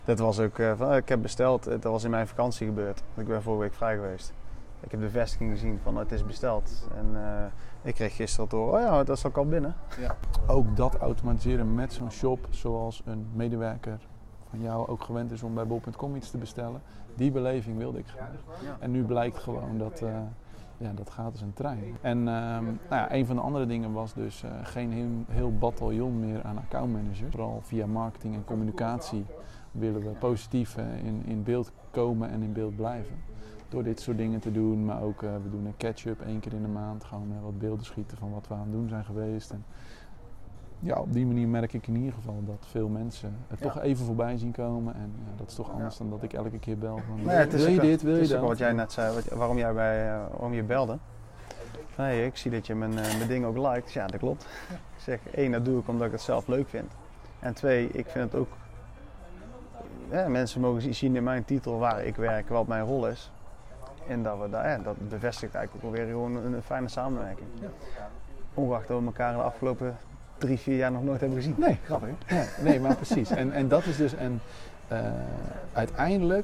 Dat was ook ik heb besteld. Dat was in mijn vakantie gebeurd. Ik ben vorige week vrij geweest. Ik heb de vestiging gezien van het is besteld. En ik kreeg gisteren door, oh ja, dat is ook al binnen. Ja. Ook dat automatiseren met zo'n shop, zoals een medewerker van jou ook gewend is om bij bol.com iets te bestellen. Die beleving wilde ik graag. Ja. En nu blijkt gewoon dat dat gaat als een trein. En een van de andere dingen was dus geen heel bataljon meer aan accountmanagers. Vooral via marketing en communicatie willen we positief in beeld komen en in beeld blijven. Door dit soort dingen te doen, maar ook we doen een catch-up 1 keer in de maand. Gewoon wat beelden schieten van wat we aan het doen zijn geweest. En ja, op die manier merk ik in ieder geval dat veel mensen het toch even voorbij zien komen. En dat is toch anders dan dat ik elke keer bel van wil je dit, wil je dat? Het is ook wat jij net zei, waarom je belde. Nee, ik zie dat je mijn ding ook liked. Ja, dat klopt. Ik zeg, 1, dat doe ik omdat ik het zelf leuk vind. En 2, ik vind het ook... mensen mogen zien in mijn titel waar ik werk, wat mijn rol is. En dat bevestigt eigenlijk ook alweer gewoon een fijne samenwerking. Ja. Ongeacht dat we elkaar de afgelopen 3-4 jaar nog nooit hebben gezien. Nee, grappig. Ja, nee, maar precies. En dat is dus... uiteindelijk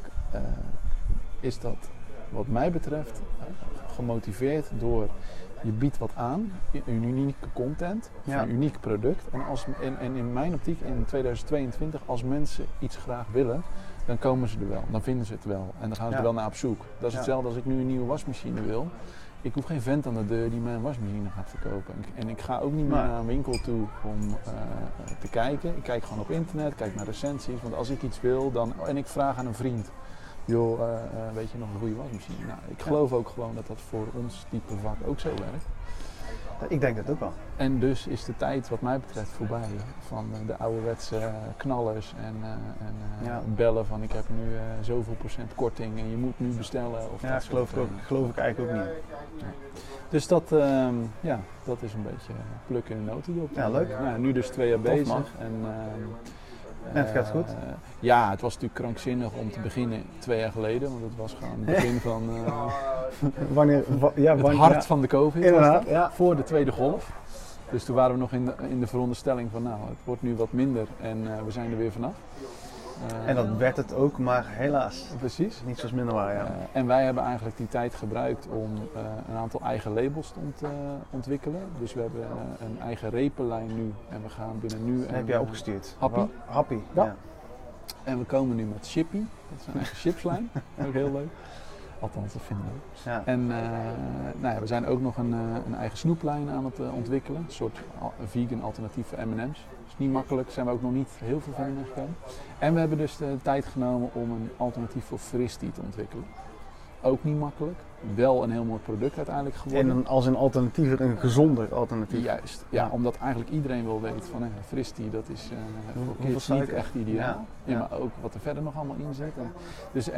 is dat wat mij betreft gemotiveerd door... Je biedt wat aan, een unieke content, een uniek product. En in mijn optiek in 2022, als mensen iets graag willen, dan komen ze er wel. Dan vinden ze het wel. En dan gaan ze er wel naar op zoek. Dat is hetzelfde als ik nu een nieuwe wasmachine wil. Ik hoef geen vent aan de deur die mij een wasmachine gaat verkopen. En ik ga ook niet meer naar een winkel toe om te kijken. Ik kijk gewoon op internet, kijk naar recensies. Want als ik iets wil, en ik vraag aan een vriend... Joh, weet je nog een goede wasmachine? Nou, ik geloof ook gewoon dat dat voor ons type vak ook zo werkt. Ik denk dat ook wel. En dus is de tijd wat mij betreft voorbij van de ouderwetse knallers en bellen van ik heb nu zoveel procent korting en je moet nu bestellen. Of dat geloof ik eigenlijk ook niet. Ja. Dus dat is een beetje pluk in de notendop. Ja, leuk. Nou, nu dus 2 jaar bezig. En het gaat goed? Ja, het was natuurlijk krankzinnig om te beginnen 2 jaar geleden, want het was gewoon het begin van het hart van de COVID. Inderdaad, voor de tweede golf. Dus toen waren we nog in de veronderstelling van het wordt nu wat minder en we zijn er weer vanaf. En dat werd het ook, maar helaas. Precies. Niet zoals minder waar, ja. En wij hebben eigenlijk die tijd gebruikt om een aantal eigen labels te ontwikkelen. Dus we hebben een eigen repenlijn nu en we gaan binnen nu... Dat heb jij opgestuurd. Happy. Ja. En we komen nu met Shippy. Dat is een eigen chipslijn. Ook heel leuk. Althans, dat vinden we. Ja. En we zijn ook nog een eigen snoeplijn aan het ontwikkelen. Een soort vegan alternatief voor M&M's. Is niet makkelijk, zijn we ook nog niet heel veel van gekomen. En we hebben dus de tijd genomen om een alternatief voor Fristi te ontwikkelen. Ook niet makkelijk. Wel een heel mooi product uiteindelijk geworden. En als een alternatief, een gezonder alternatief. Juist, ja, omdat eigenlijk iedereen wel weet van Fristi, dat is voor kids niet echt ideaal. Ja, maar ook wat er verder nog allemaal in zit.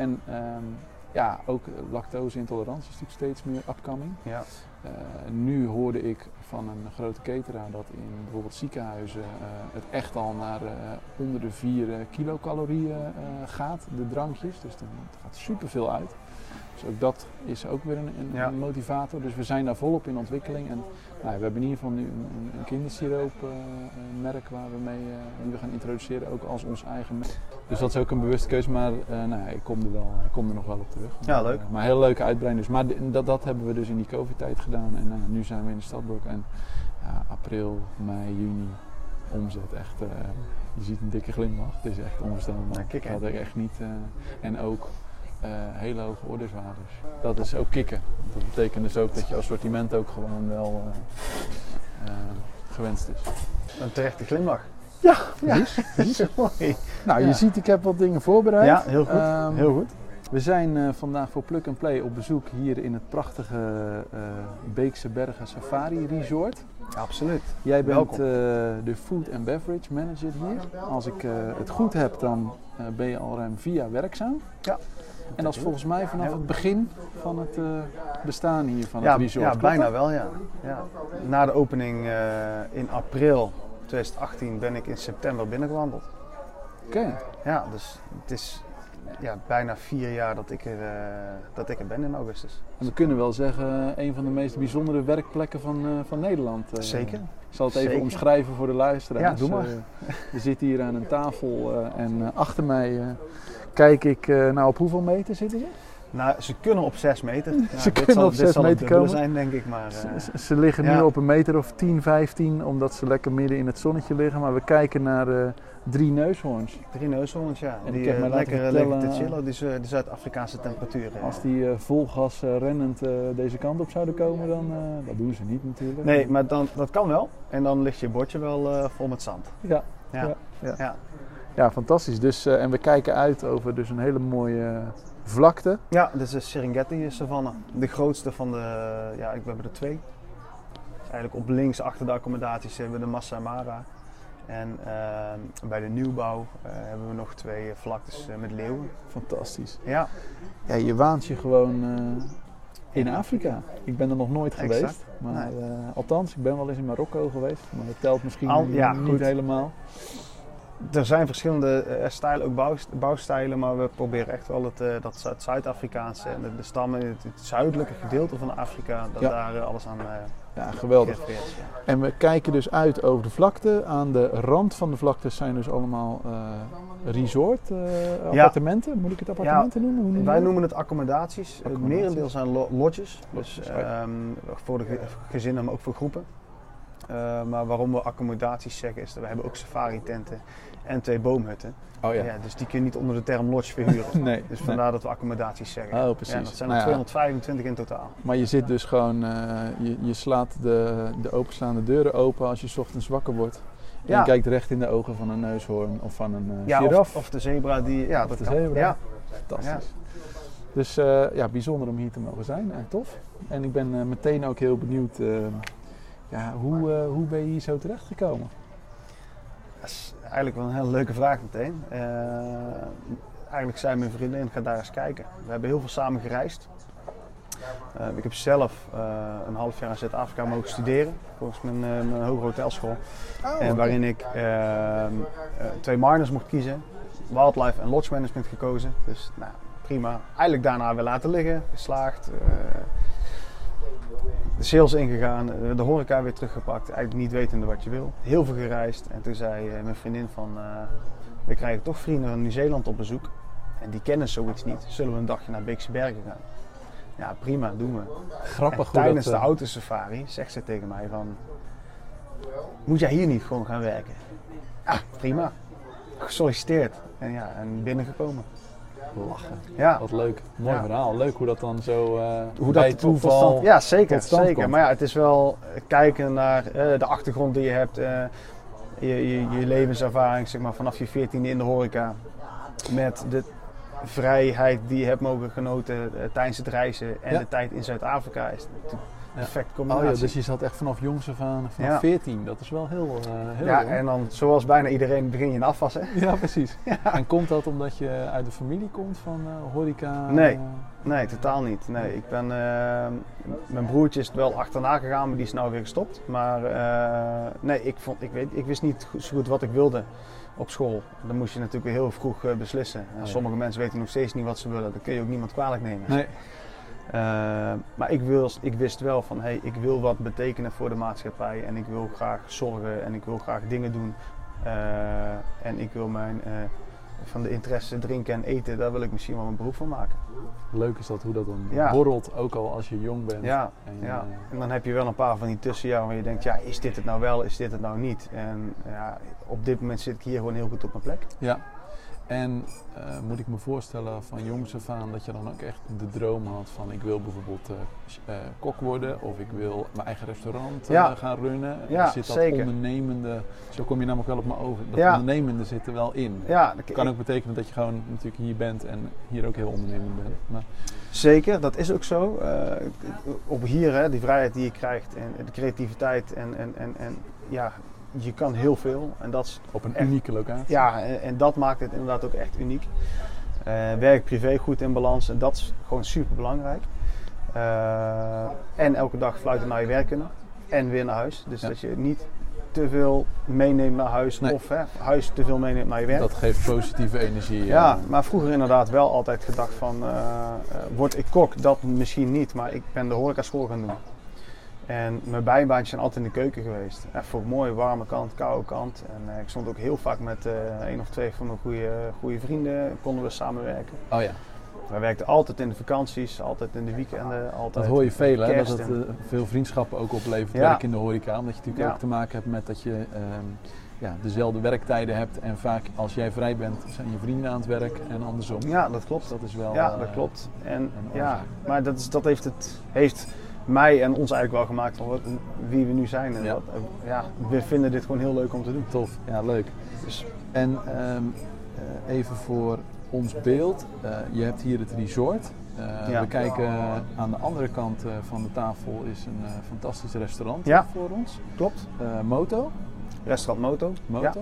Ook lactose-intolerantie is natuurlijk steeds meer upcoming. Ja. Nu hoorde ik van een grote cateraar dat in bijvoorbeeld ziekenhuizen het echt al naar onder de 4 kilocalorieën gaat, de drankjes. Dus dan gaat superveel uit. Dus ook dat is ook weer een motivator. Dus we zijn daar volop in ontwikkeling. En we hebben in ieder geval nu een kindersiroop merk waar we mee die we gaan introduceren, ook als ons eigen merk. Dus dat is ook een bewuste keuze, maar ik kom er nog wel op terug. Ja, leuk. Maar heel leuke uitbreiding. Dus. Maar dat hebben we dus in die COVID-tijd gedaan. En nu zijn we in de Stadbroek. En april, mei, juni, omzet echt. Je ziet een dikke glimlach. Het is echt onvoorstelbaar. Dat had ik echt niet. En ook hele hoge orderswaardes. Dat is ook kicken. Dat betekent dus ook dat je assortiment ook gewoon wel gewenst is. Een terechte glimlach. Ja, precies. Mooi. Nou, je ziet, ik heb wat dingen voorbereid. Ja, heel goed. Heel goed. We zijn vandaag voor Plug & Play op bezoek hier in het prachtige Beekse Bergen Safari Resort. Absoluut. Jij bent de Food and Beverage Manager hier. Als ik het goed heb, dan ben je al ruim 4 jaar werkzaam. Ja. En dat is volgens mij vanaf het begin van het bestaan hier van het resort. Ja, bijna wel, ja. Na de opening in april 2018 ben ik in september binnengewandeld. Oké. Ja, dus het is bijna 4 jaar dat ik er ben in augustus. En we kunnen wel zeggen, een van de meest bijzondere werkplekken van Nederland. Zeker. Ik zal het even omschrijven voor de luisteraars. Ja, doe maar. We zitten hier aan een tafel en achter mij kijk ik, op hoeveel meter zitten ze? Nou, ze kunnen op 6 meter. Ze kunnen op 6 meter komen. Zijn, denk ik, maar, ze liggen nu op een meter of 10, 15, omdat ze lekker midden in het zonnetje liggen. Maar we kijken naar 3 neushoorns. 3 neushoorns, ja. En die lekker te chillen, die Zuid-Afrikaanse temperaturen. Als die vol gas rennend deze kant op zouden komen, dan dat doen ze niet natuurlijk. Nee, maar dat kan wel. En dan ligt je bordje wel vol met zand. Ja, fantastisch. Dus, en we kijken uit over dus een hele mooie vlakte. Ja, dit is de Serengeti-savanne. De grootste van we hebben er 2. Eigenlijk op links achter de accommodaties hebben we de Masai Mara. En bij de nieuwbouw hebben we nog 2 vlaktes met leeuwen. Fantastisch. Ja. Ja, je waant je gewoon in Afrika. Ik ben er nog nooit geweest. Maar, althans, ik ben wel eens in Marokko geweest. Maar dat telt misschien niet helemaal. Er zijn verschillende stijlen, ook bouwstijlen, maar we proberen echt wel dat Zuid-Afrikaanse en de stammen, het zuidelijke gedeelte van Afrika, daar alles aan geweldig. En we kijken dus uit over de vlakte. Aan de rand van de vlakte zijn dus allemaal resort, appartementen. Moet ik het appartementen noemen? Wij noemen het accommodaties. Het merendeel zijn lodges. Dus voor de gezinnen, maar ook voor groepen. Maar waarom we accommodaties zeggen is dat we hebben ook safari-tenten en 2 boomhutten. Oh ja. Dus die kun je niet onder de term lodge verhuren. Nee. Dus vandaar dat we accommodaties zeggen. Oh, precies. Ja, dat zijn er 225 in totaal. Maar je zit dus gewoon, je slaat de openslaande deuren open als je 's ochtends wakker wordt. En je kijkt recht in de ogen van een neushoorn of van een giraf. Of de zebra. Dat de zebra. Ja. Fantastisch. Ja. Dus bijzonder om hier te mogen zijn. Tof. En ik ben meteen ook heel benieuwd... hoe ben je hier zo terecht gekomen? Dat is eigenlijk wel een hele leuke vraag meteen. Eigenlijk zei mijn vriendin, ga daar eens kijken. We hebben heel veel samen gereisd. Ik heb zelf een half jaar in Zuid-Afrika mogen studeren, volgens mijn hogere hotelschool. Waarin ik 2 minors mocht kiezen, wildlife en lodge management gekozen. Dus prima. Eigenlijk daarna weer laten liggen, geslaagd. De sales ingegaan, de horeca weer teruggepakt, eigenlijk niet wetende wat je wil. Heel veel gereisd en toen zei mijn vriendin van, we krijgen toch vrienden van Nieuw-Zeeland op bezoek. En die kennen zoiets niet. Zullen we een dagje naar Beekse Bergen gaan? Ja, prima, doen we. Grappig. En tijdens de autosafari zegt ze tegen mij van, moet jij hier niet gewoon gaan werken? Ja, prima. Gesolliciteerd en binnengekomen. Lachen. Ja. Wat leuk. Mooi verhaal. Leuk hoe dat dan zo hoe bij dat toeval ja, zeker. komt. Maar het is wel kijken naar de achtergrond die je hebt. Je levenservaring, zeg maar, vanaf je 14e in de horeca. Met de vrijheid die je hebt mogen genoten tijdens het reizen en de tijd in Zuid-Afrika is perfect combinatie. Oh ja, dus je zat echt vanaf jongs af aan, vanaf 14. Dat is wel heel jong. En dan zoals bijna iedereen begin je in afwassen. Ja, precies. Ja. En komt dat omdat je uit de familie komt van horeca? Nee, totaal niet. Nee, ik ben, mijn broertje is wel achterna gegaan, maar die is nou weer gestopt. Maar ik wist niet zo goed wat ik wilde op school. Dan moest je natuurlijk heel vroeg beslissen. Sommige mensen weten nog steeds niet wat ze willen. Dat kun je ook niemand kwalijk nemen. Nee. Maar ik wist wel van, ik wil wat betekenen voor de maatschappij en ik wil graag zorgen en ik wil graag dingen doen. En ik wil van de interesse drinken en eten, daar wil ik misschien wel een beroep van maken. Leuk is dat hoe dat dan borrelt, ook al als je jong bent. En dan heb je wel een paar van die tussenjaren waar je denkt, is dit het nou wel, is dit het nou niet? En op dit moment zit ik hier gewoon heel goed op mijn plek. Ja. En moet ik me voorstellen van jongs af aan dat je dan ook echt de droom had van ik wil bijvoorbeeld kok worden of ik wil mijn eigen restaurant gaan runnen. Ja, zit dat zeker. Ondernemende, zo kom je namelijk wel op me over, dat ondernemende zit er wel in. Ja, dat kan ook betekenen dat je gewoon natuurlijk hier bent en hier ook heel ondernemend bent. Maar... Zeker, dat is ook zo. Op hier, die vrijheid die je krijgt en de creativiteit en je kan heel veel en dat is op een unieke locatie. Ja, en dat maakt het inderdaad ook echt uniek. Werk, privé goed in balans en dat is gewoon super belangrijk. En elke dag fluiten naar je werk kunnen en weer naar huis. Dus dat je niet te veel meeneemt naar huis of huis te veel meeneemt naar je werk. Dat geeft positieve energie. Ja, maar vroeger inderdaad wel altijd gedacht van, word ik kok? Dat misschien niet, maar ik ben de horecaschool gaan doen. En mijn bijbaantjes zijn altijd in de keuken geweest. Voor mooie warme kant, koude kant. En ik stond ook heel vaak met 1 of 2 van mijn goede vrienden, konden we samenwerken. Oh ja. We werkten altijd in de vakanties, altijd in de weekenden. Altijd dat hoor je veel, hè? Dat het veel vriendschappen ook oplevert, werk in de horeca. Omdat je natuurlijk ook te maken hebt met dat je dezelfde werktijden hebt. En vaak als jij vrij bent, zijn je vrienden aan het werk en andersom. Ja, dat klopt. Dat is wel... Ja, dat klopt. En maar dat heeft mij en ons eigenlijk wel gemaakt van wie we nu zijn. En we vinden dit gewoon heel leuk om te doen. Tof, ja leuk. Dus. En even voor ons beeld, je hebt hier het resort. We kijken aan de andere kant van de tafel is een fantastisch restaurant voor ons. Klopt. Moto. Restaurant Moto.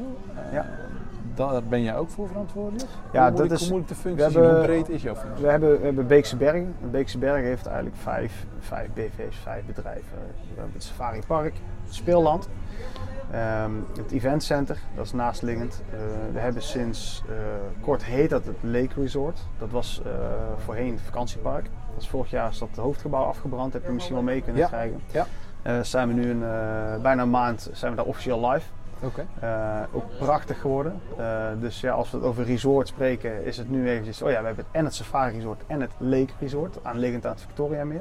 Daar ben jij ook voor verantwoordelijk? Ja, hoe moeilijk de functie is? Hoe breed is jouw functie? We hebben Beekse Bergen. Beekse Bergen heeft eigenlijk 5 BV's, 5 bedrijven. We hebben het Safari Park, het speelland, het Event Center, dat is naastliggend. We hebben sinds kort heet dat het Lake Resort. Dat was voorheen het vakantiepark. Dat is vorig jaar is dat hoofdgebouw afgebrand, heb je misschien wel mee kunnen krijgen. Ja. Zijn we nu bijna een maand zijn we daar officieel live. Ook prachtig geworden. Dus ja, als we het over resort spreken, is het nu eventjes... we hebben en het Safari Resort en het Lake Resort, aanliggend aan het Victoriameer.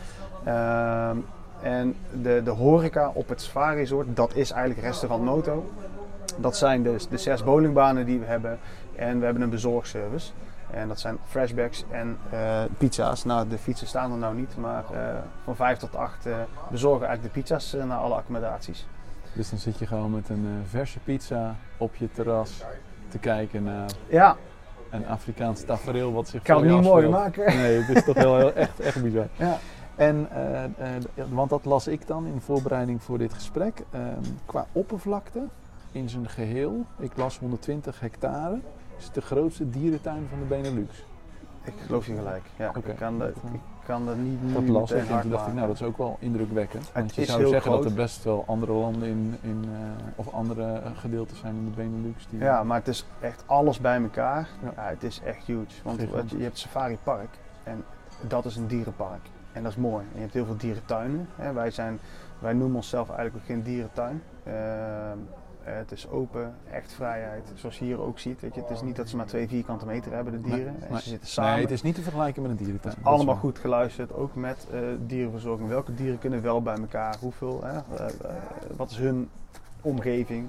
En de horeca op het Safari Resort, dat is eigenlijk restaurant Moto. Dat zijn de 6 bowlingbanen die we hebben. En we hebben een bezorgservice. En dat zijn flashbacks en pizza's. Nou, de fietsen staan er nou niet, maar van 5 tot 8 bezorgen eigenlijk de pizza's naar alle accommodaties. Dus dan zit je gewoon met een verse pizza op je terras te kijken naar een Afrikaans tafereel wat zich kan het niet mooier maken. Nee, het is toch wel echt bizar. Ja. En, want dat las ik dan in voorbereiding voor dit gesprek. Qua oppervlakte in zijn geheel, ik las 120 hectare, is het de grootste dierentuin van de Benelux. Ik geloof je gelijk. Ja, ik kan dat niet dat las ik en toen dacht ik, nou dat is ook wel indrukwekkend. Want je zou zeggen dat er best wel andere landen of andere gedeeltes zijn in de Benelux. Ja, maar het is echt alles bij elkaar. Ja, het is echt huge. Want je hebt Safari Park en dat is een dierenpark. En dat is mooi. En je hebt heel veel dierentuinen. Wij noemen onszelf eigenlijk ook geen dierentuin. Het is open, echt vrijheid. Zoals je hier ook ziet. Weet je, het is niet dat ze maar 2 vierkante meter hebben, de dieren. Nee, en ze zitten samen. Nee, het is niet te vergelijken met een dierentuin. Allemaal goed geluisterd, ook met dierenverzorging. Welke dieren kunnen wel bij elkaar? Hoeveel? Wat is hun omgeving?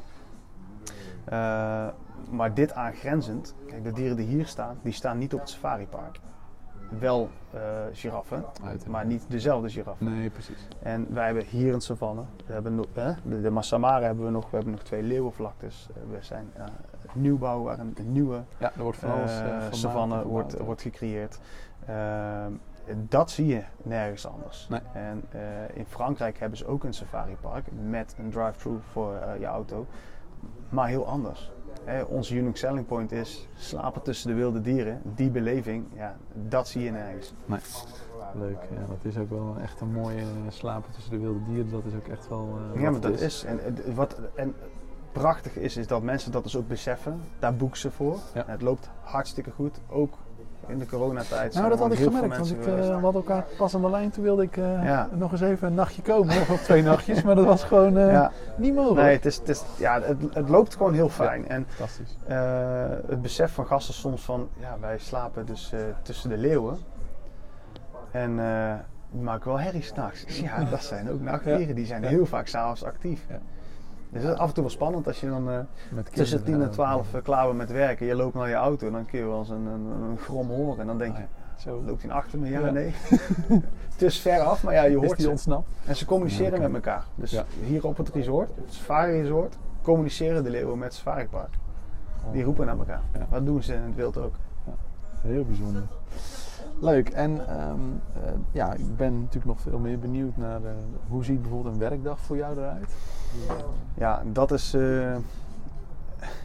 Maar dit aangrenzend, kijk, de dieren die hier staan, die staan niet op het safaripark. Wel giraffen, maar niet dezelfde giraffen. Nee, precies. En wij hebben hier een savanne. We hebben de Masai Mara hebben we nog. We hebben nog 2 leeuwenvlaktes. We zijn nieuwbouw waar een nieuwe er wordt van alles, savanne wordt gecreëerd. Dat zie je nergens anders. Nee. En in Frankrijk hebben ze ook een safaripark met een drive-thru voor je auto. Maar heel anders. Onze unique selling point is slapen tussen de wilde dieren. Die beleving, dat zie je nergens. Nee. Leuk, ja, dat is ook wel echt een mooie slapen tussen de wilde dieren. Dat is ook echt wel ja, maar dat is. En prachtig is dat mensen dat dus ook beseffen. Daar boeken ze voor. Ja. Het loopt hartstikke goed. Ook in de coronatijd. Nou, dat had ik gemerkt. Want we hadden elkaar pas aan de lijn. Toen wilde ik nog eens even een nachtje komen. Of 2 nachtjes. Maar dat was gewoon niet mogelijk. Nee, het loopt gewoon heel fijn. En fantastisch. Het besef van gasten soms van... Ja, wij slapen dus tussen de leeuwen. En die maken wel herrie 's nachts. Ja, dat zijn ook nachtdieren. Die zijn heel vaak 's avonds actief. Ja. Dus het is af en toe wel spannend als je dan tussen 10 en 12 klaar bent met werken. Je loopt naar je auto en dan kun je wel eens een grom horen. En dan denk je, zo loopt hij achter me? Ja, nee. Het is ver af, maar je hoort die ontsnapt. En ze communiceren met elkaar. Dus hier op het resort, het Safari Resort, communiceren de leeuwen met het Safari Park. Die roepen naar elkaar. Ja. Dat doen ze in het wild ook. Ja. Heel bijzonder. Leuk. En ik ben natuurlijk nog veel meer benieuwd naar hoe ziet bijvoorbeeld een werkdag voor jou eruit? Ja, dat is...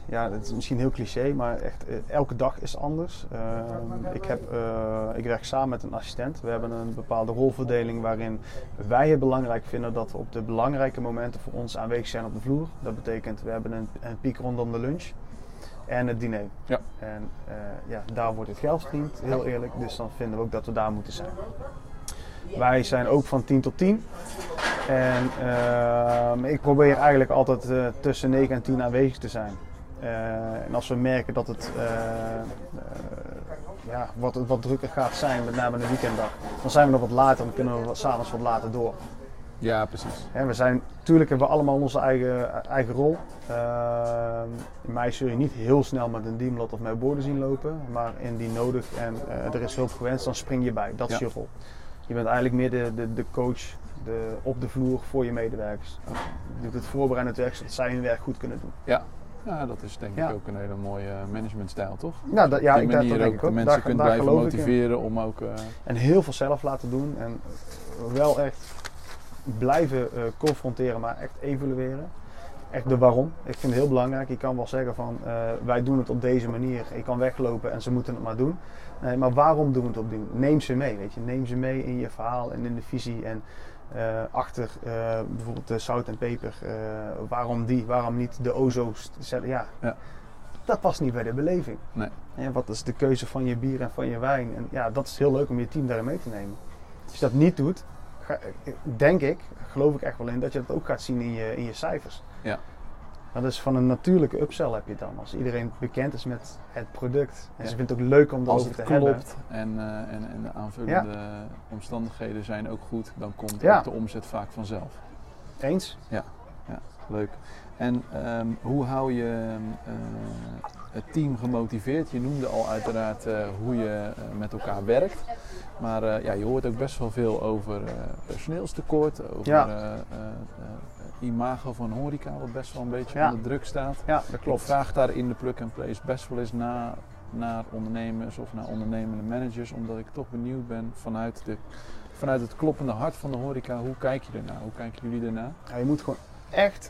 Ja, dat is misschien heel cliché, maar echt elke dag is anders. Ik werk samen met een assistent. We hebben een bepaalde rolverdeling waarin wij het belangrijk vinden dat we op de belangrijke momenten voor ons aanwezig zijn op de vloer. Dat betekent, we hebben een piek rondom de lunch en het diner. Ja. En daar wordt het geld verdiend, heel eerlijk. Dus dan vinden we ook dat we daar moeten zijn. Wij zijn ook van 10 tot 10. En ik probeer eigenlijk altijd tussen 9 en 10 aanwezig te zijn. En als we merken dat het wat drukker gaat zijn, met name een weekenddag, dan zijn we nog wat later en kunnen we 's avonds wat later door. Ja, precies. Natuurlijk hebben we allemaal onze eigen rol. Mij zul je niet heel snel met een Diemlot of met borden zien lopen, maar indien nodig en er is hulp gewenst, dan spring je bij. Dat is je rol. Je bent eigenlijk meer de coach op de vloer voor je medewerkers. Je doet het voorbereidend werk zodat zij hun werk goed kunnen doen. Ja, dat is denk ik ook een hele mooie managementstijl, toch? Ja, ik denk dat ook. De mensen kunt blijven motiveren om ook... En heel veel zelf laten doen en wel echt blijven confronteren, maar echt evalueren. Echt de waarom. Ik vind het heel belangrijk. Je kan wel zeggen van wij doen het op deze manier. Je kan weglopen en ze moeten het maar doen. Nee, maar waarom doen we het op die manier? Neem ze mee, weet je. Neem ze mee in je verhaal en in de visie. En achter bijvoorbeeld de zout en peper. Waarom die? Waarom niet de ozo's? Ja. Dat past niet bij de beleving. Nee. En wat is de keuze van je bier en van je wijn? En ja, dat is heel leuk om je team daarin mee te nemen. Als je dat niet doet, geloof ik echt wel in dat je dat ook gaat zien in je cijfers. Ja. Dat is van een natuurlijke upsell heb je dan. Als iedereen bekend is met het product. En ze vindt het ook leuk om erover te hebben. Als het klopt en de aanvullende omstandigheden zijn ook goed, dan komt ook de omzet vaak vanzelf. Eens? Ja, leuk. En hoe hou je het team gemotiveerd? Je noemde al uiteraard hoe je met elkaar werkt. Maar je hoort ook best wel veel over personeelstekort, over imago van horeca, wat best wel een beetje onder druk staat. Ja, dat klopt. Ik vraag daar in de plug-and-place best wel eens naar ondernemers of naar ondernemende managers, omdat ik toch benieuwd ben vanuit het kloppende hart van de horeca. Hoe kijk je ernaar? Hoe kijken jullie ernaar? Ja, je moet gewoon echt,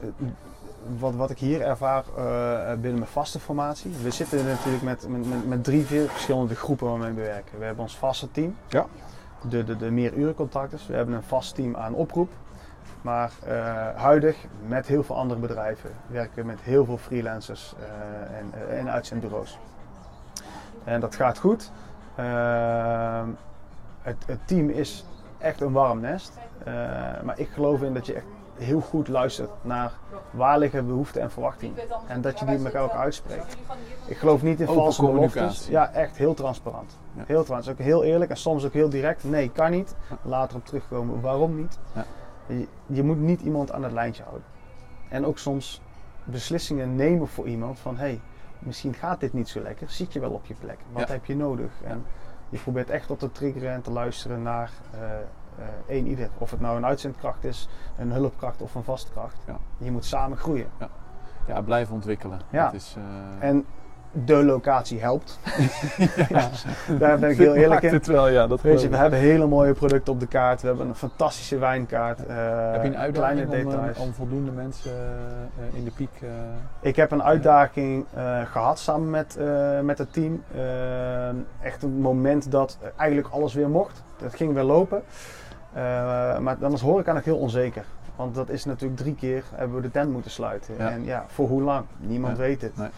wat ik hier ervaar binnen mijn vaste formatie. We zitten natuurlijk met 3 verschillende groepen waarmee we werken. We hebben ons vaste team, de meerurencontractors. We hebben een vast team aan oproep. Maar huidig met heel veel andere bedrijven. We werken met heel veel freelancers en uitzendbureaus. En dat gaat goed. Het team is echt een warm nest. Maar ik geloof in dat je echt heel goed luistert naar waar liggen behoeften en verwachtingen. En dat je die met elkaar uitspreekt. Ik geloof niet in valse beloftes. Ja, echt heel transparant. Ja. Heel transparant. Ook heel eerlijk en soms ook heel direct. Nee, kan niet. Later op terugkomen. Waarom niet? Ja. Je moet niet iemand aan het lijntje houden. En ook soms beslissingen nemen voor iemand van misschien gaat dit niet zo lekker. Zit je wel op je plek? Wat heb je nodig? En je probeert echt op te triggeren en te luisteren naar één ieder. Of het nou een uitzendkracht is, een hulpkracht of een vastkracht. Ja. Je moet samen groeien. Ja, blijven ontwikkelen. Ja. Dat is, En de locatie helpt. Daar ben ik heel eerlijk in. Het wel, dat weet je, we hebben hele mooie producten op de kaart. We hebben een fantastische wijnkaart. Heb je een uitdaging om voldoende mensen in de piek? Ik heb een uitdaging gehad samen met het team. Echt een moment dat eigenlijk alles weer mocht. Het ging weer lopen. Maar dan is horeca nog heel onzeker. Want dat is natuurlijk 3 keer hebben we de tent moeten sluiten. Ja. En voor hoe lang? Niemand weet het. Nee.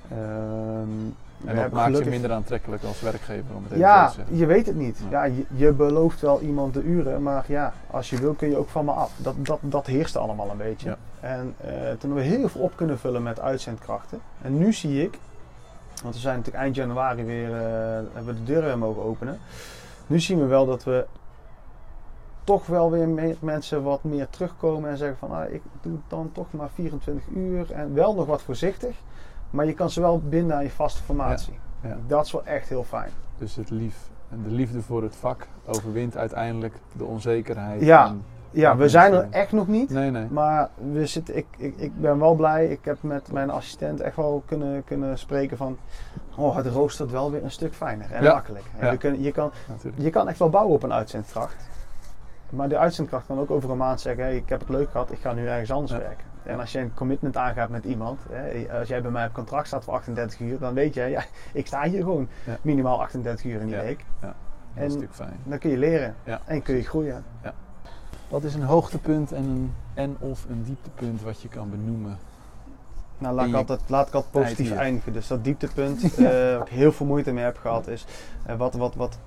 En dat maakt je minder aantrekkelijk als werkgever om het even zo te zeggen. Je weet het niet. Ja, je belooft wel iemand de uren, maar als je wil kun je ook van me af. Dat heerste allemaal een beetje. Ja. En toen hebben we heel veel op kunnen vullen met uitzendkrachten. En nu zie ik, want we zijn natuurlijk eind januari weer, hebben we de deuren mogen openen. Nu zien we wel dat we toch wel weer mensen wat meer terugkomen en zeggen van ik doe dan toch maar 24 uur en wel nog wat voorzichtig. Maar je kan ze wel binden aan je vaste formatie. Ja. Dat is wel echt heel fijn. Dus de liefde voor het vak overwint uiteindelijk de onzekerheid. Ja, we zijn er echt nog niet. Nee. Maar we zitten, ik ben wel blij. Ik heb met mijn assistent echt wel kunnen spreken van het roostert wel weer een stuk fijner en makkelijk. En je kan echt wel bouwen op een uitzendkracht. Maar de uitzendkracht kan ook over een maand zeggen, ik heb het leuk gehad, ik ga nu ergens anders werken. En als je een commitment aangaat met iemand, als jij bij mij op contract staat voor 38 uur, dan weet je, ja, ik sta hier gewoon minimaal 38 uur in die week. Ja. Dat is natuurlijk fijn. Dan kun je leren en kun je groeien. Ja. Wat is een hoogtepunt of een dieptepunt wat je kan benoemen? Nou, laat ik altijd positief eindigen. Dus dat dieptepunt, waar ik heel veel moeite mee heb gehad, is wat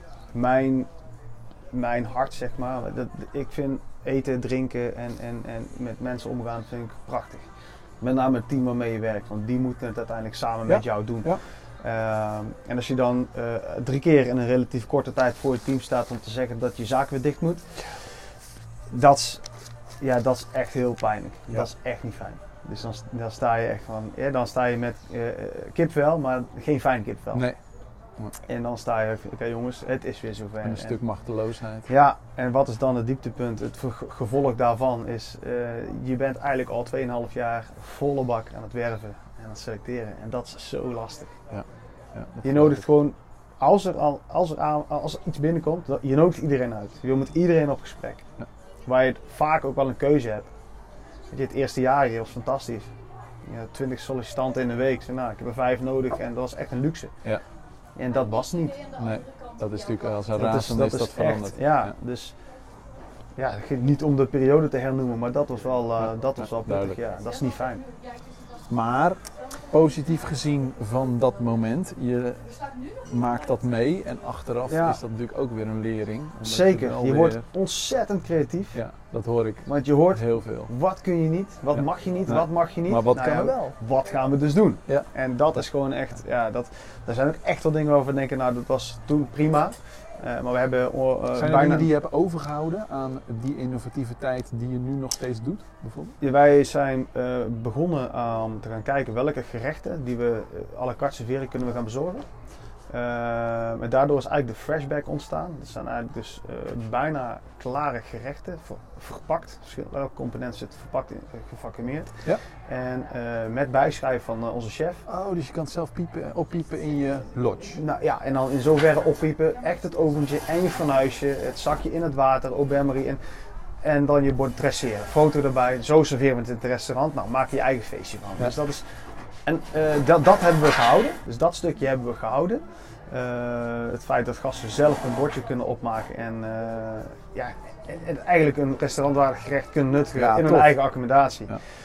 mijn hart, zeg maar. Ik vind eten, drinken en met mensen omgaan vind ik prachtig. Met name het team waarmee je werkt, want die moeten het uiteindelijk samen met jou doen. Ja. En als je dan 3 keer in een relatief korte tijd voor je team staat om te zeggen dat je zaak weer dicht moet, dat is echt heel pijnlijk. Ja. Dat is echt niet fijn. Dus dan sta je echt van, dan sta je met kipvel, maar geen fijn kipvel. Nee. En dan sta je, oké jongens, het is weer zover. Een stuk machteloosheid. Ja, en wat is dan het dieptepunt? Het gevolg daarvan is, je bent eigenlijk al 2,5 jaar volle bak aan het werven en aan het selecteren. En dat is zo lastig. Ja. Ja, je nodigt gewoon, als er iets binnenkomt, je nodigt iedereen uit. Je wil met iedereen op gesprek. Ja. Waar je vaak ook wel een keuze hebt. Het eerste jaar hier was fantastisch. 20 sollicitanten in een week. Nou, ik heb er 5 nodig en dat was echt een luxe. Ja. En dat was niet. Nee, dat is natuurlijk als een razend is dat veranderd. Dus niet om de periode te hernoemen, maar dat was wel pittig. Ja, dat is niet fijn. Maar positief gezien van dat moment, je maakt dat mee en achteraf is dat natuurlijk ook weer een lering. Zeker, je wordt ontzettend creatief. Ja, dat hoor ik. Want je hoort heel veel. Wat kun je niet, wat mag je niet, wat mag je niet. Maar wat kan wel? Wat gaan we dus doen? Ja. En dat is gewoon echt, daar zijn ook echt wel dingen over te denken, nou dat was toen prima. Maar we hebben zijn er dingen die je hebt overgehouden aan die innovativiteit die je nu nog steeds doet, bijvoorbeeld? Ja, wij zijn begonnen te gaan kijken welke gerechten die we à la carte serveren kunnen we gaan bezorgen. En daardoor is eigenlijk de Freshback ontstaan. Dat zijn eigenlijk dus bijna klare gerechten, verpakt. Elke component zit verpakt, gevacuumeerd. Ja. En met bijschrijven van onze chef. Oh, dus je kan het zelf oppiepen in je lodge. Nou ja, en dan in zoverre oppiepen. Echt het oventje en je fornuisje, het zakje in het water, au bain-marie en dan je bord dresseren. Foto erbij, zo serveren we het in het restaurant. Nou, maak je je eigen feestje van. Ja. Dus dat is... En dat hebben we gehouden, dus dat stukje hebben we gehouden. Het feit dat gasten zelf een bordje kunnen opmaken en eigenlijk een restaurantwaardig gerecht kunnen nuttigen in hun eigen accommodatie.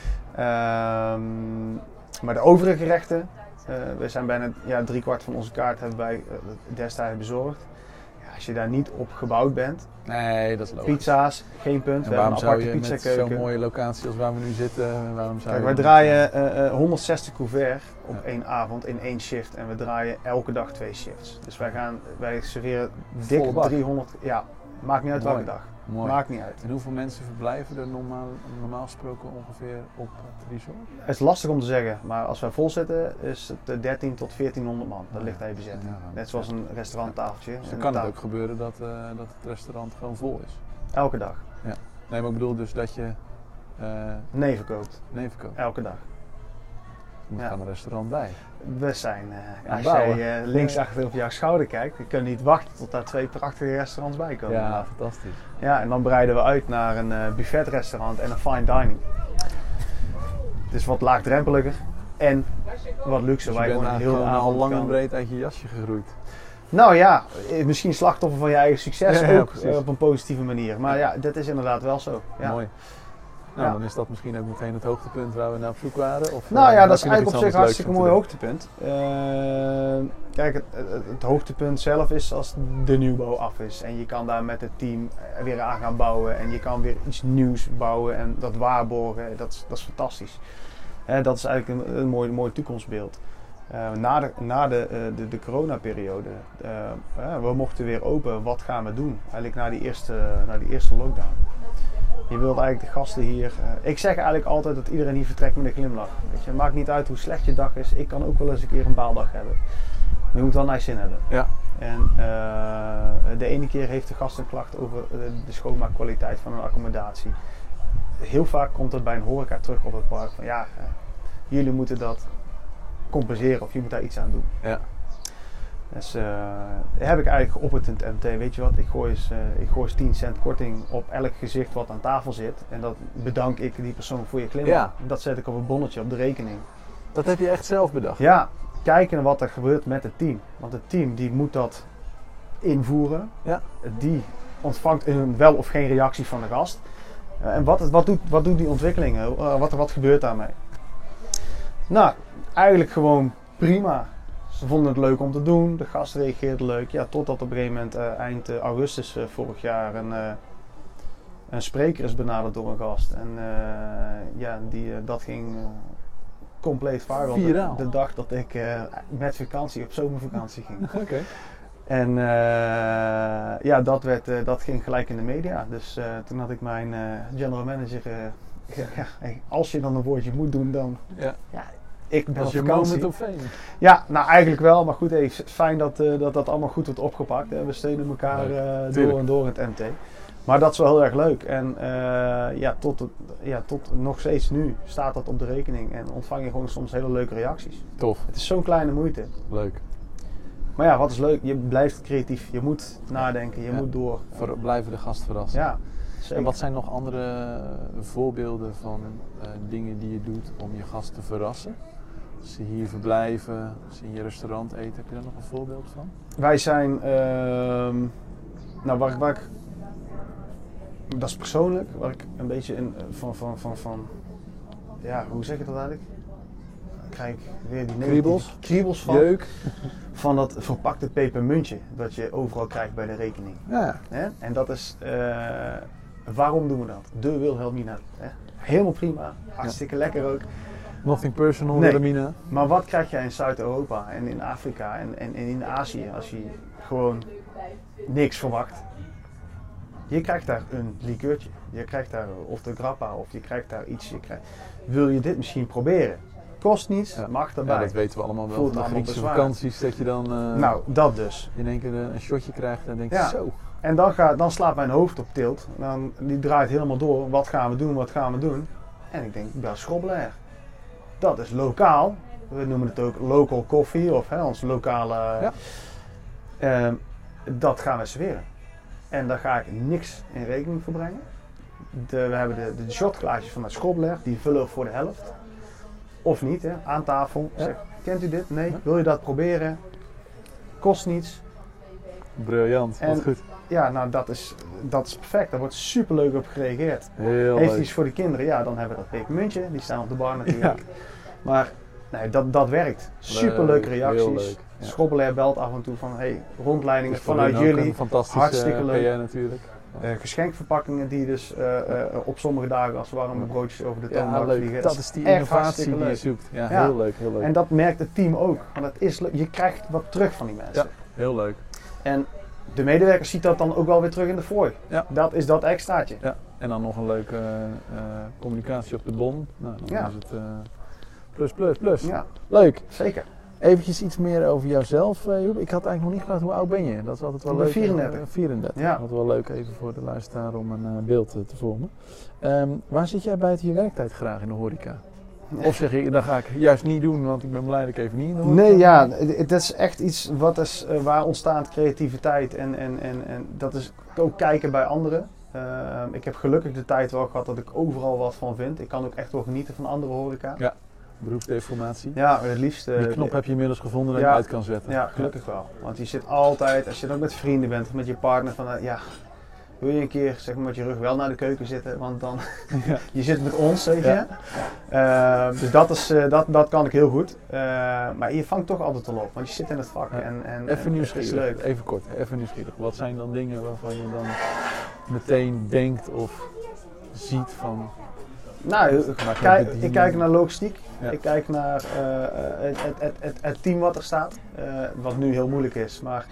Ja. Maar de overige gerechten, we zijn bijna 3/4 van onze kaart hebben wij destijds bezorgd. Als je daar niet op gebouwd bent, nee, dat is logisch. Pizza's, geen punt. En we hebben een aparte pizzakeuken. Met zo'n mooie locatie als waar we nu zitten, waarom zou wij draaien 160 couverts op 1 avond in 1 shift en we draaien elke dag 2 shifts. Dus wij serveren dik 300, maakt niet uit welke dag. Mooi. Maakt niet uit. En hoeveel mensen verblijven er normaal gesproken ongeveer op het resort? Het is lastig om te zeggen, maar als wij vol zitten is het 13 tot 1400 man. Dat ligt even bezet. Ja, net zoals een restauranttafeltje. Dus dan kan het ook gebeuren dat het restaurant gewoon vol is? Elke dag. Ja. Nee, maar ik bedoel dus dat je... nee verkoopt. Nee verkoopt. Elke dag. Er moet gaan een restaurant bij. We zijn, als jij linksachter op jouw schouder kijkt, je kunt niet wachten tot daar 2 prachtige restaurants bij komen. Ja, fantastisch. Ja, en dan breiden we uit naar een buffetrestaurant en een fine dining. Het is wat laagdrempeliger en wat luxe. Dus je bent al lang en breed uit je jasje gegroeid. Nou ja, misschien slachtoffer van je eigen succes ook op een positieve manier. Maar dat is inderdaad wel zo. Ja. Mooi. Nou, dan is dat misschien ook meteen het hoogtepunt waar we naar op zoek waren. Of, nou ja, dat is eigenlijk op zich een hartstikke mooi hoogtepunt. Kijk, het hoogtepunt zelf is als de nieuwbouw af is. En je kan daar met het team weer aan gaan bouwen. En je kan weer iets nieuws bouwen en dat waarborgen. Dat is fantastisch. Dat is eigenlijk een mooi toekomstbeeld. Na de coronaperiode, we mochten weer open. Wat gaan we doen? Eigenlijk na die eerste lockdown. Je wilt eigenlijk de gasten hier... ik zeg eigenlijk altijd dat iedereen hier vertrekt met een glimlach. Weet je, het maakt niet uit hoe slecht je dag is. Ik kan ook wel eens een keer een baaldag hebben. Maar je moet wel naar je zin hebben. Ja. En de ene keer heeft de gast een klacht over de schoonmaakkwaliteit van een accommodatie. Heel vaak komt dat bij een horeca terug op het park. Van jullie moeten dat compenseren of je moet daar iets aan doen. Ja. Dus heb ik eigenlijk geopperd in het MT. Weet je wat, ik gooi eens 10 cent korting op elk gezicht wat aan tafel zit. En dat bedank ik die persoon voor je klimmen. Ja. Dat zet ik op een bonnetje op de rekening. Dat heb je echt zelf bedacht? Ja, kijken naar wat er gebeurt met het team. Want het team die moet dat invoeren. Ja. Die ontvangt een wel of geen reactie van de gast. En wat doet die ontwikkelingen? Wat gebeurt daarmee? Nou, eigenlijk gewoon prima. Ze vonden het leuk om te doen. De gast reageerde leuk. Ja, totdat op een gegeven moment eind augustus vorig jaar een spreker is benaderd door een gast. En dat ging compleet viral. De dag dat ik met vakantie op zomervakantie ging. Oké. En dat ging gelijk in de media. Dus toen had ik mijn general manager als je dan een woordje moet doen, dan... Ja. Ik ben als op je vakantie. moment of fame. Ja, nou eigenlijk wel. Maar goed, fijn dat allemaal goed wordt opgepakt. Hè. We steunen elkaar door en door in het MT. Maar dat is wel heel erg leuk. En tot nog steeds nu staat dat op de rekening. En ontvang je gewoon soms hele leuke reacties. Tof. Het is zo'n kleine moeite. Leuk. Maar ja, wat is leuk? Je blijft creatief. Je moet nadenken. Je moet door. Blijven de gast verrassen. Ja, zeker. En wat zijn nog andere voorbeelden van dingen die je doet om je gast te verrassen? Als ze hier verblijven, als ze in je restaurant eten, heb je daar nog een voorbeeld van? Wij zijn, waar ik, dat is persoonlijk, waar ik een beetje hoe zeg je dat eigenlijk? Ik krijg weer die kriebels van. Jeuk. Van dat verpakte pepermuntje dat je overal krijgt bij de rekening. Ja. En dat is, waarom doen we dat? De Wilhelmina. Helemaal prima, hartstikke lekker ook. Nothing personal, nee. Wilhelmina. Maar wat krijg jij in Zuid-Europa en in Afrika en in Azië als je gewoon niks verwacht? Je krijgt daar een likeurtje, je krijgt daar of de grappa of je krijgt daar iets. Wil je dit misschien proberen? Kost niets, mag erbij. Ja, dat weten we allemaal wel. Voelt van de Griekse bezwaar. Vakanties dat je dan dat dus. in één keer een shotje krijgt en denk je zo. En dan slaat mijn hoofd op tilt. Die draait helemaal door. Wat gaan we doen? En ik denk, dat is schrobbelair. Dat is lokaal. We noemen het ook local coffee of ons lokale. Dat gaan we serveren. En daar ga ik niks in rekening voor brengen. We hebben de shotglaasjes van het schrobbelair. Die vullen we voor de helft. Of niet, aan tafel. Ja. Zeg, kent u dit? Nee. Wil je dat proberen? Kost niets. Briljant, wat goed. Ja, nou dat is perfect. Daar wordt super leuk op gereageerd. Heel Heeft leuk. iets voor de kinderen? Ja, dan hebben we dat pepermuntje. Die staan op de bar natuurlijk. Ja. Maar nee, dat werkt. Super leuke reacties. Heel leuk. Ja. Schrobbelair belt af en toe van rondleidingen dus vanuit jullie. Hartstikke leuk. PR natuurlijk. Geschenkverpakkingen die dus op sommige dagen als warme broodjes over de toonbank vliegen. Dat is die innovatie die je zoekt. Ja, heel leuk, heel leuk. En dat merkt het team ook. Want het is je krijgt wat terug van die mensen. Ja, heel leuk. En de medewerker ziet dat dan ook wel weer terug in de fooi. Ja. Dat is dat extraatje. Ja. En dan nog een leuke communicatie op de bon. Nou, dan is het plus. Ja. Leuk. Zeker. Eventjes iets meer over jouzelf, Joep. Ik had eigenlijk nog niet gevraagd, hoe oud ben je? Dat is altijd wel leuk. 34. 34. Ja. Altijd wel leuk even voor de luisteraar om een beeld te vormen. Waar zit jij buiten je werktijd graag in de horeca? Of zeg je, dat ga ik juist niet doen, want ik ben blij dat ik even niet in de horeca Nee, ja, het is echt iets waar ontstaat creativiteit en dat is ook kijken bij anderen. Ik heb gelukkig de tijd wel gehad dat ik overal wat van vind. Ik kan ook echt wel genieten van andere horeca. Ja. Beroepsdeformatie. Ja, het liefst. Die knop heb je inmiddels gevonden dat je uit kan zetten. Ja, gelukkig wel. Want je zit altijd, als je dan met vrienden bent of met je partner, van wil je een keer zeg maar, met je rug wel naar de keuken zitten, want dan je zit met ons, weet je. Ja. Dus dat kan ik heel goed. Maar je vangt toch altijd al op, want je zit in het vak. Ja. Even nieuwsgierig, leuk. Even kort, even nieuwsgierig. Wat zijn dan dingen waarvan je dan meteen denkt of ziet van... Nou, ik kijk naar logistiek. Ja. Ik kijk naar het team wat er staat. Wat nu heel moeilijk is. Maar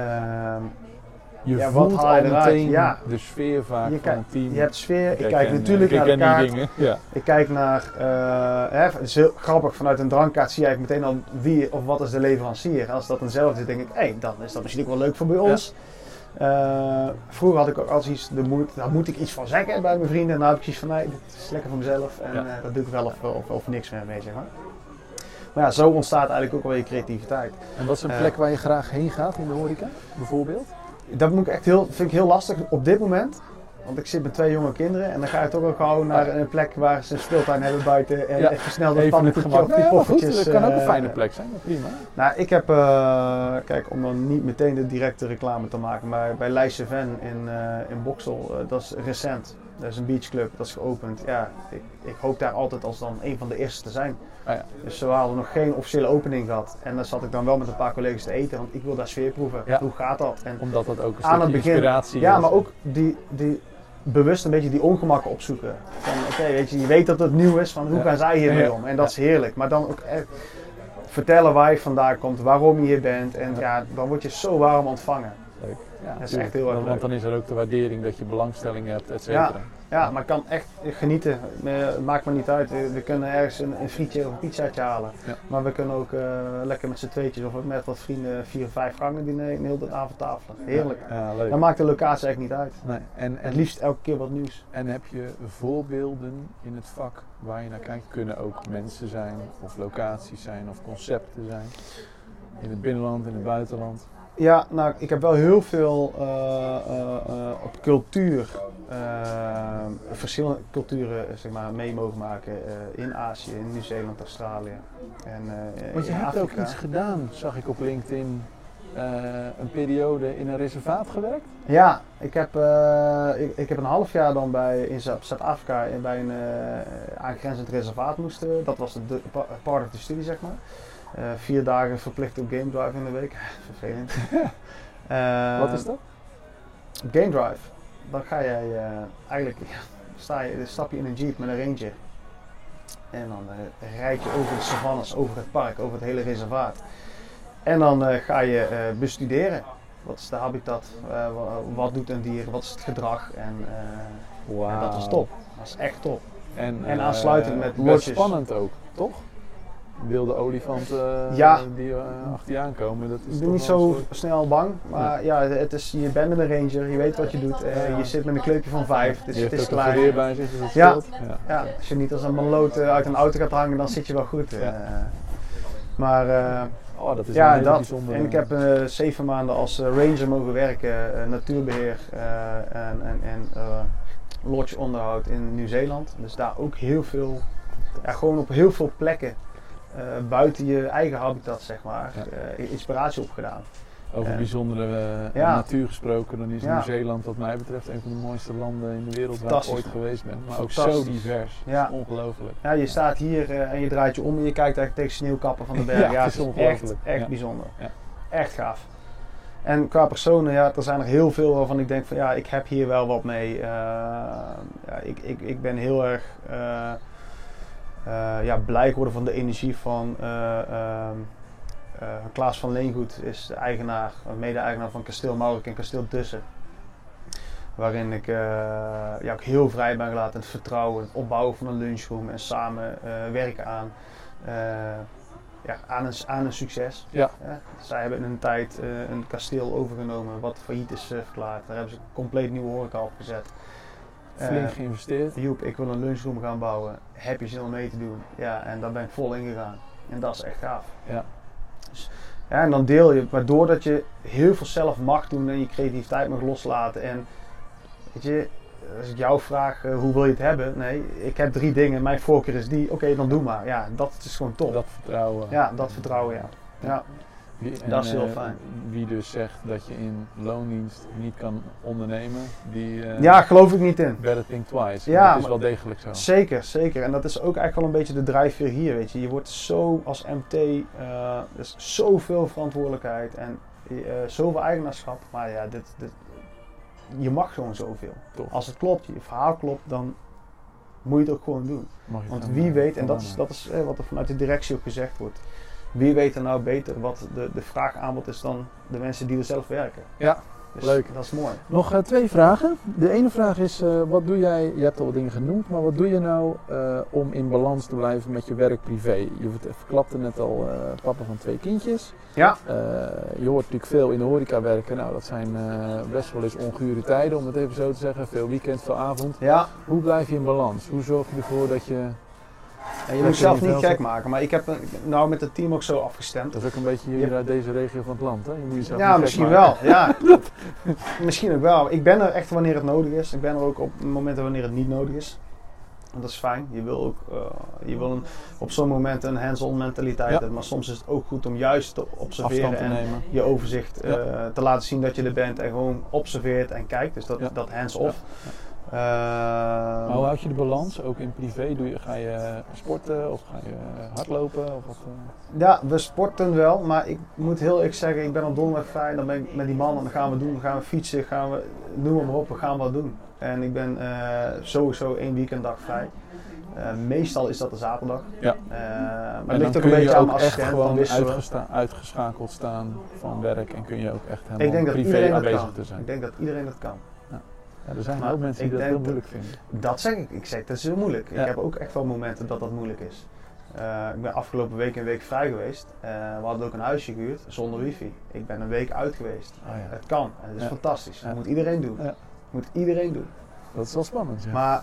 je voelt wat haal je al meteen de sfeer vaak van een team. Je hebt sfeer. Ik kijk natuurlijk naar de kaart. Ja. Ik kijk naar... het is heel grappig. Vanuit een drankkaart zie je meteen al wie of wat is de leverancier. Als dat eenzelfde is, denk ik... dan is dat misschien ook wel leuk voor bij ons. Vroeger had ik ook altijd iets, daar moet ik iets van zeggen bij mijn vrienden. En nu heb ik iets van, nee, dit is lekker voor mezelf en dat doe ik wel of niks mee, zeg maar. Maar ja, zo ontstaat eigenlijk ook wel je creativiteit. En wat is een plek waar je graag heen gaat in de horeca, bijvoorbeeld? Dat moet ik echt vind ik heel lastig op dit moment. Want ik zit met 2 jonge kinderen en dan ga je toch ook gewoon naar een plek waar ze een speeltuin hebben buiten en even snel de pannenkoekje of die poffertjes. Dat kan ook een fijne plek zijn, prima. Nou, ik heb, kijk, om dan niet meteen de directe reclame te maken, maar bij Leidse Ven in Boksel, dat is recent. Dat is een beachclub, dat is geopend. Ja, ik hoop daar altijd als dan een van de eerste te zijn. Ah, ja. Dus we hadden nog geen officiële opening gehad. En dan zat ik dan wel met een paar collega's te eten, want ik wil daar sfeer proeven. Ja. Hoe gaat dat? En omdat dat ook een aan stukje inspiratie is. Ja, maar ook die bewust een beetje die ongemakken opzoeken. Van oké, weet je weet dat het nieuw is, van hoe gaan zij hiermee om? En dat is heerlijk. Maar dan ook echt vertellen waar je vandaan komt, waarom je hier bent. En ja, dan word je zo warm ontvangen. Leuk. Ja, dat is echt heel erg leuk. Want dan is er ook de waardering dat je belangstelling hebt, et cetera. Ja, maar ik kan echt genieten. Het maakt me niet uit. We kunnen ergens een frietje of een pizzaatje halen. Ja. Maar we kunnen ook lekker met z'n tweetjes of met wat vrienden 4 of 5 gangen diner een hele avond tafelen. Heerlijk. Ja, leuk. Dan maakt de locatie echt niet uit. Nee. En het liefst elke keer wat nieuws. En heb je voorbeelden in het vak waar je naar kijkt? Kunnen ook mensen zijn of locaties zijn of concepten zijn? In het binnenland, in het buitenland? Ja, nou, ik heb wel heel veel op cultuur, verschillende culturen zeg maar, mee mogen maken in Azië, in Nieuw-Zeeland, Australië en want je hebt ook iets gedaan, zag ik op LinkedIn, een periode in een reservaat gewerkt? Ja, ik heb een half jaar dan in Zuid-Afrika bij een aangrenzend reservaat moesten. Dat was de part of the studie, zeg maar. 4 dagen verplicht op Game Drive in de week. Vervelend. Wat is dat? Game Drive. Dan ga jij eigenlijk stap je in een jeep met een ranger. En dan rijd je over de savannes, over het park, over het hele reservaat. En dan ga je bestuderen. Wat is de habitat? Wat doet een dier? Wat is het gedrag? En dat was top. Dat is echt top. En aansluitend met lodges. Spannend ook, toch? Wilde olifanten die achter je aankomen. Dat is ik ben niet zo snel bang, maar ja, je bent met een ranger, je weet wat je doet. Je zit met een kleupje van 5, dus het is klein. Geweer bij zich, dus dat ja, als je niet als een maloot uit een auto gaat hangen, dan zit je wel goed. Maar dat is heel bijzonder. En ik heb 7 maanden als ranger mogen werken, natuurbeheer en lodge onderhoud in Nieuw-Zeeland. Dus daar ook heel veel, gewoon op heel veel plekken. Buiten je eigen habitat, zeg maar, inspiratie opgedaan. Over bijzondere natuur gesproken, dan is Nieuw-Zeeland wat mij betreft een van de mooiste landen in de wereld waar ik ooit geweest ben. Maar ook zo divers, dat is ongelooflijk. Ja, je staat hier en je draait je om en je kijkt eigenlijk tegen sneeuwkappen van de berg. Ja, het is ongelooflijk. Echt bijzonder. Ja. Echt gaaf. En qua personen, er zijn er heel veel waarvan ik denk van ik heb hier wel wat mee. Ik ben heel erg blij geworden van de energie van Klaas van Leengoed is de mede-eigenaar van Kasteel Maurik en Kasteel Dussen. Waarin ik ook heel vrij ben gelaten in het vertrouwen, het opbouwen van een lunchroom en samen werken aan een succes. Ja. Zij hebben in een tijd een kasteel overgenomen wat failliet is verklaard. Daar hebben ze een compleet nieuwe horeca opgezet. Flink geïnvesteerd. Joep, ik wil een lunchroom gaan bouwen. Heb je zin om mee te doen? Ja, en daar ben ik vol in gegaan. En dat is echt gaaf. Ja. Dus, en dan deel je, maar doordat je heel veel zelf mag doen en je creativiteit mag loslaten. En weet je, als ik jou vraag hoe wil je het hebben? Nee, ik heb 3 dingen, mijn voorkeur is die. Oké, dan doe maar. Ja, dat is gewoon top. Dat vertrouwen. Ja, dat vertrouwen, ja. Dat is heel fijn. Wie dus zegt dat je in loondienst niet kan ondernemen, die geloof ik niet in. Better think twice. Ja, dat is wel degelijk zo. Zeker. En dat is ook eigenlijk wel een beetje de drijfveer hier, weet je. Je wordt zo als MT, er is zoveel verantwoordelijkheid en zoveel eigenaarschap. Maar ja, je mag gewoon zoveel. Toch. Als het klopt, je verhaal klopt, dan moet je het ook gewoon doen. Want wie weet, en dat is wat er vanuit de directie ook gezegd wordt. Wie weet er nou beter wat de vraag aanbod is dan de mensen die er zelf werken. Ja, dus leuk. Dat is mooi. Nog 2 vragen. De ene vraag is, wat doe jij, je hebt al wat dingen genoemd, maar wat doe je nou om in balans te blijven met je werk-privé? Je verklapte net al papa van 2 kindjes. Ja. Je hoort natuurlijk veel in de horeca werken. Nou, dat zijn best wel eens ongure tijden, om het even zo te zeggen. Veel weekend, veel avond. Ja. Hoe blijf je in balans? Hoe zorg je ervoor dat je En je moet zelf niet gek maken, maar ik heb nou met het team ook zo afgestemd. Dat is ook een beetje hier uit deze regio van het land, hè? Je moet jezelf ja, niet misschien gek maken. wel. Ja. Misschien ook wel. Ik ben er echt wanneer het nodig is. Ik ben er ook op momenten wanneer het niet nodig is. En dat is fijn. Je wil ook op zo'n moment een hands-on mentaliteit hebben. Maar soms is het ook goed om juist te observeren en je overzicht te laten zien dat je er bent. En gewoon observeert en kijkt. Dus dat hands-off. Maar hoe houd je de balans? Ook in privé? Ga je sporten of ga je hardlopen? Of wat? Ja, we sporten wel, maar ik moet heel eerlijk zeggen, ik ben op donderdag vrij. Dan ben ik met die mannen, dan gaan we doen, dan gaan we fietsen, noem maar op, we gaan wat doen. En ik ben sowieso 1 weekenddag vrij. Meestal is dat de zaterdag. Ja. Maar het ligt ook een beetje aan mijn assistent. Gewoon uitgeschakeld staan van werk en kun je ook echt helemaal privé aanwezig te zijn. Ik denk dat iedereen dat kan. Ja, er zijn ook mensen die dat heel moeilijk vinden. Dat zeg ik. Ik zeg dat is heel moeilijk. Ja. Ik heb ook echt wel momenten dat moeilijk is. Ik ben afgelopen week een week vrij geweest. We hadden ook een huisje gehuurd zonder wifi. Ik ben een week uit geweest. Oh, ja. Het kan. En het is fantastisch. Dat moet iedereen doen. Ja. Moet iedereen doen. Dat is wel spannend. Ja. Maar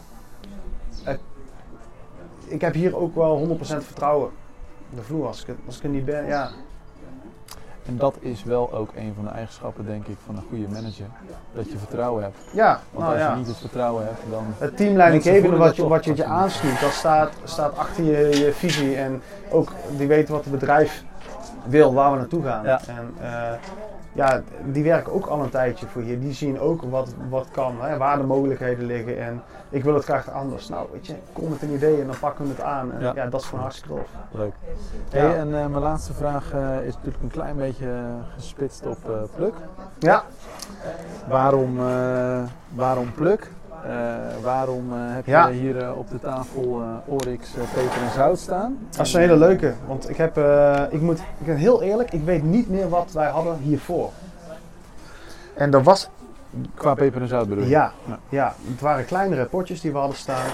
ik heb hier ook wel 100% vertrouwen. De vloer, als ik er niet ben, ja. En dat is wel ook een van de eigenschappen, denk ik, van een goede manager. Dat je vertrouwen hebt. Ja, want als je niet het vertrouwen hebt, dan... Het teamleidinggevende wat je aanstuurt, dat staat achter je visie. En ook die weten wat het bedrijf wil, waar we naartoe gaan. Ja. En die werken ook al een tijdje voor je. Die zien ook wat kan, hè, waar de mogelijkheden liggen. En ik wil het graag anders. Nou, weet je, kom met een idee en dan pakken we het aan. En dat is gewoon hartstikke tof. Leuk. Hey, en mijn laatste vraag is natuurlijk een klein beetje gespitst op Pluk. Ja. Waarom Pluk? Waarom heb je hier op de tafel Oryx, peper en zout staan? Dat is een hele leuke, want ik ben heel eerlijk, ik weet niet meer wat wij hadden hiervoor. En dat was... Qua peper en zout bedoel je? Ja, het waren kleinere potjes die we hadden staan.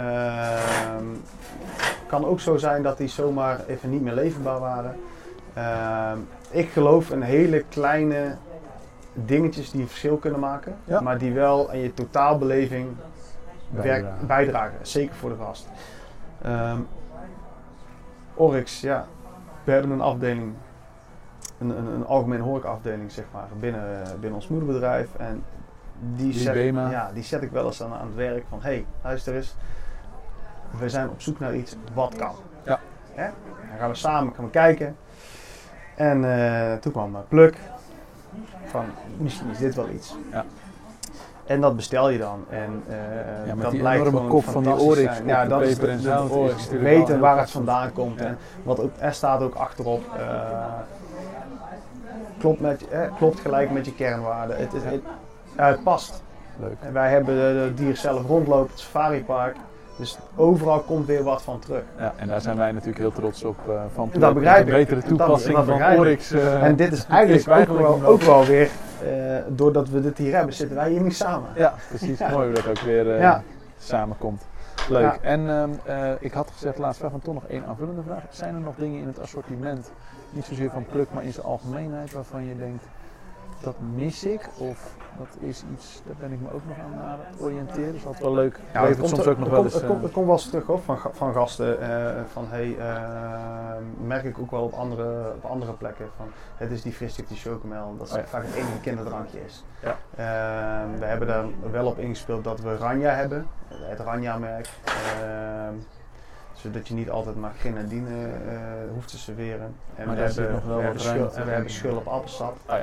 Kan ook zo zijn dat die zomaar even niet meer leverbaar waren. Ik geloof in hele kleine dingetjes die verschil kunnen maken, maar die wel aan je totaalbeleving bijdragen. Zeker voor de gast. Oryx, we hebben een afdeling, een algemene horecaafdeling zeg maar, binnen ons moederbedrijf. En die zet ik wel eens aan het werk van, hey, luister eens, we zijn op zoek naar iets wat kan. Ja. Dan gaan we samen kijken. En toen kwam Pluk. Van misschien is dit wel iets. Ja. En dat bestel je dan. En dat die blijkt enorme kop van die Oryx. Ja, dat is de Oryx. Weten waar het vandaan komt. Ja. En er staat ook achterop. Klopt gelijk met je kernwaarden. Het past. Leuk. En wij hebben het dier zelf rondlopen, het safaripark. Dus overal komt weer wat van terug. Ja, en daar zijn wij natuurlijk heel trots op van Pluk. Dat begrijp ik. Een betere toepassing van Oryx. En dit is eigenlijk ook wel weer, doordat we dit hier hebben, zitten wij hier niet samen. Ja, precies. Mooi hoe dat ook weer samenkomt. Leuk. Ja. En ik had gezegd laatst vraag, maar toch nog 1 aanvullende vraag. Zijn er nog dingen in het assortiment, niet zozeer van Pluk, maar in zijn algemeenheid, waarvan je denkt, dat mis ik? Of dat is iets, daar ben ik me ook nog aan het oriënteren. Dat is altijd wel leuk. Ja, het komt wel eens terug op van gasten. Merk ik ook wel op andere plekken. Van, het is die frisdip, die chocomel. Dat vaak het enige kinderdrankje is. Ja. We hebben daar wel op ingespeeld dat we Ranja hebben. Het Ranja-merk. Zodat je niet altijd maar grenadine hoeft te serveren. En maar we hebben schul op appelsap. Oh, ja.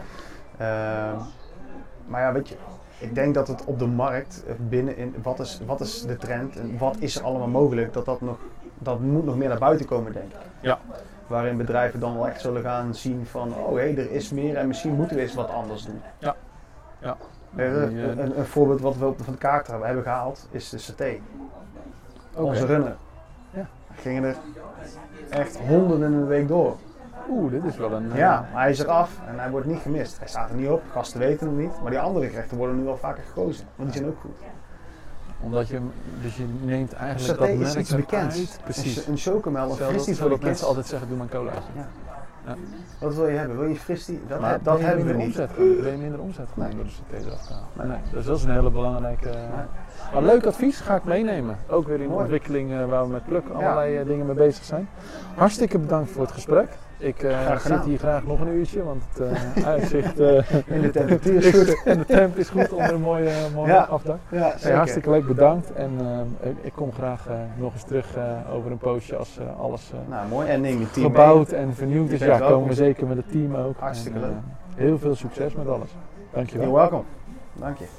Maar ja, weet je, ik denk dat het op de markt binnenin, wat is de trend en wat is er allemaal mogelijk, dat moet nog meer naar buiten komen, denk ik. Ja. Waarin bedrijven dan wel echt zullen gaan zien van, er is meer en misschien moeten we eens wat anders doen. Ja. Ja. Een voorbeeld wat we van de kaart hebben gehaald is de saté. Okay. Onze runner. Ja. Gingen er echt honderden in een week door. Dit is wel een... Ja, maar hij is eraf en hij wordt niet gemist. Hij staat er niet op, gasten weten het niet. Maar die andere gerechten worden nu wel vaker gekozen. Want die zijn ook goed. Omdat je neemt eigenlijk dat merk is iets bekends. Precies. Een chocomel, een frisdie voor dat mensen altijd zeggen, doe maar een colaatje. Ja. Ja. Wat wil je hebben? Wil je fristie? Dat hebben we niet. Ben je minder omzet gaan door de CT eraf te halen? Nee. Dus dat is een hele belangrijke... Maar leuk advies, ga ik meenemen. Ook weer in de ontwikkeling waar we met Pluk allerlei dingen mee bezig zijn. Hartstikke bedankt voor het gesprek. Ik zit hier graag nog een uurtje, want het uitzicht en de temperatuur is goed. En de temp is goed onder een mooie afdak. Ja, hartstikke leuk, bedankt. En ik kom graag nog eens terug over een poosje als alles mooi. En neem je team gebouwd mee. En vernieuwd is. Ja, komen we zeker met het team ook. Hartstikke leuk. Heel veel succes met alles. Dankjewel. You're welcome. Dank je.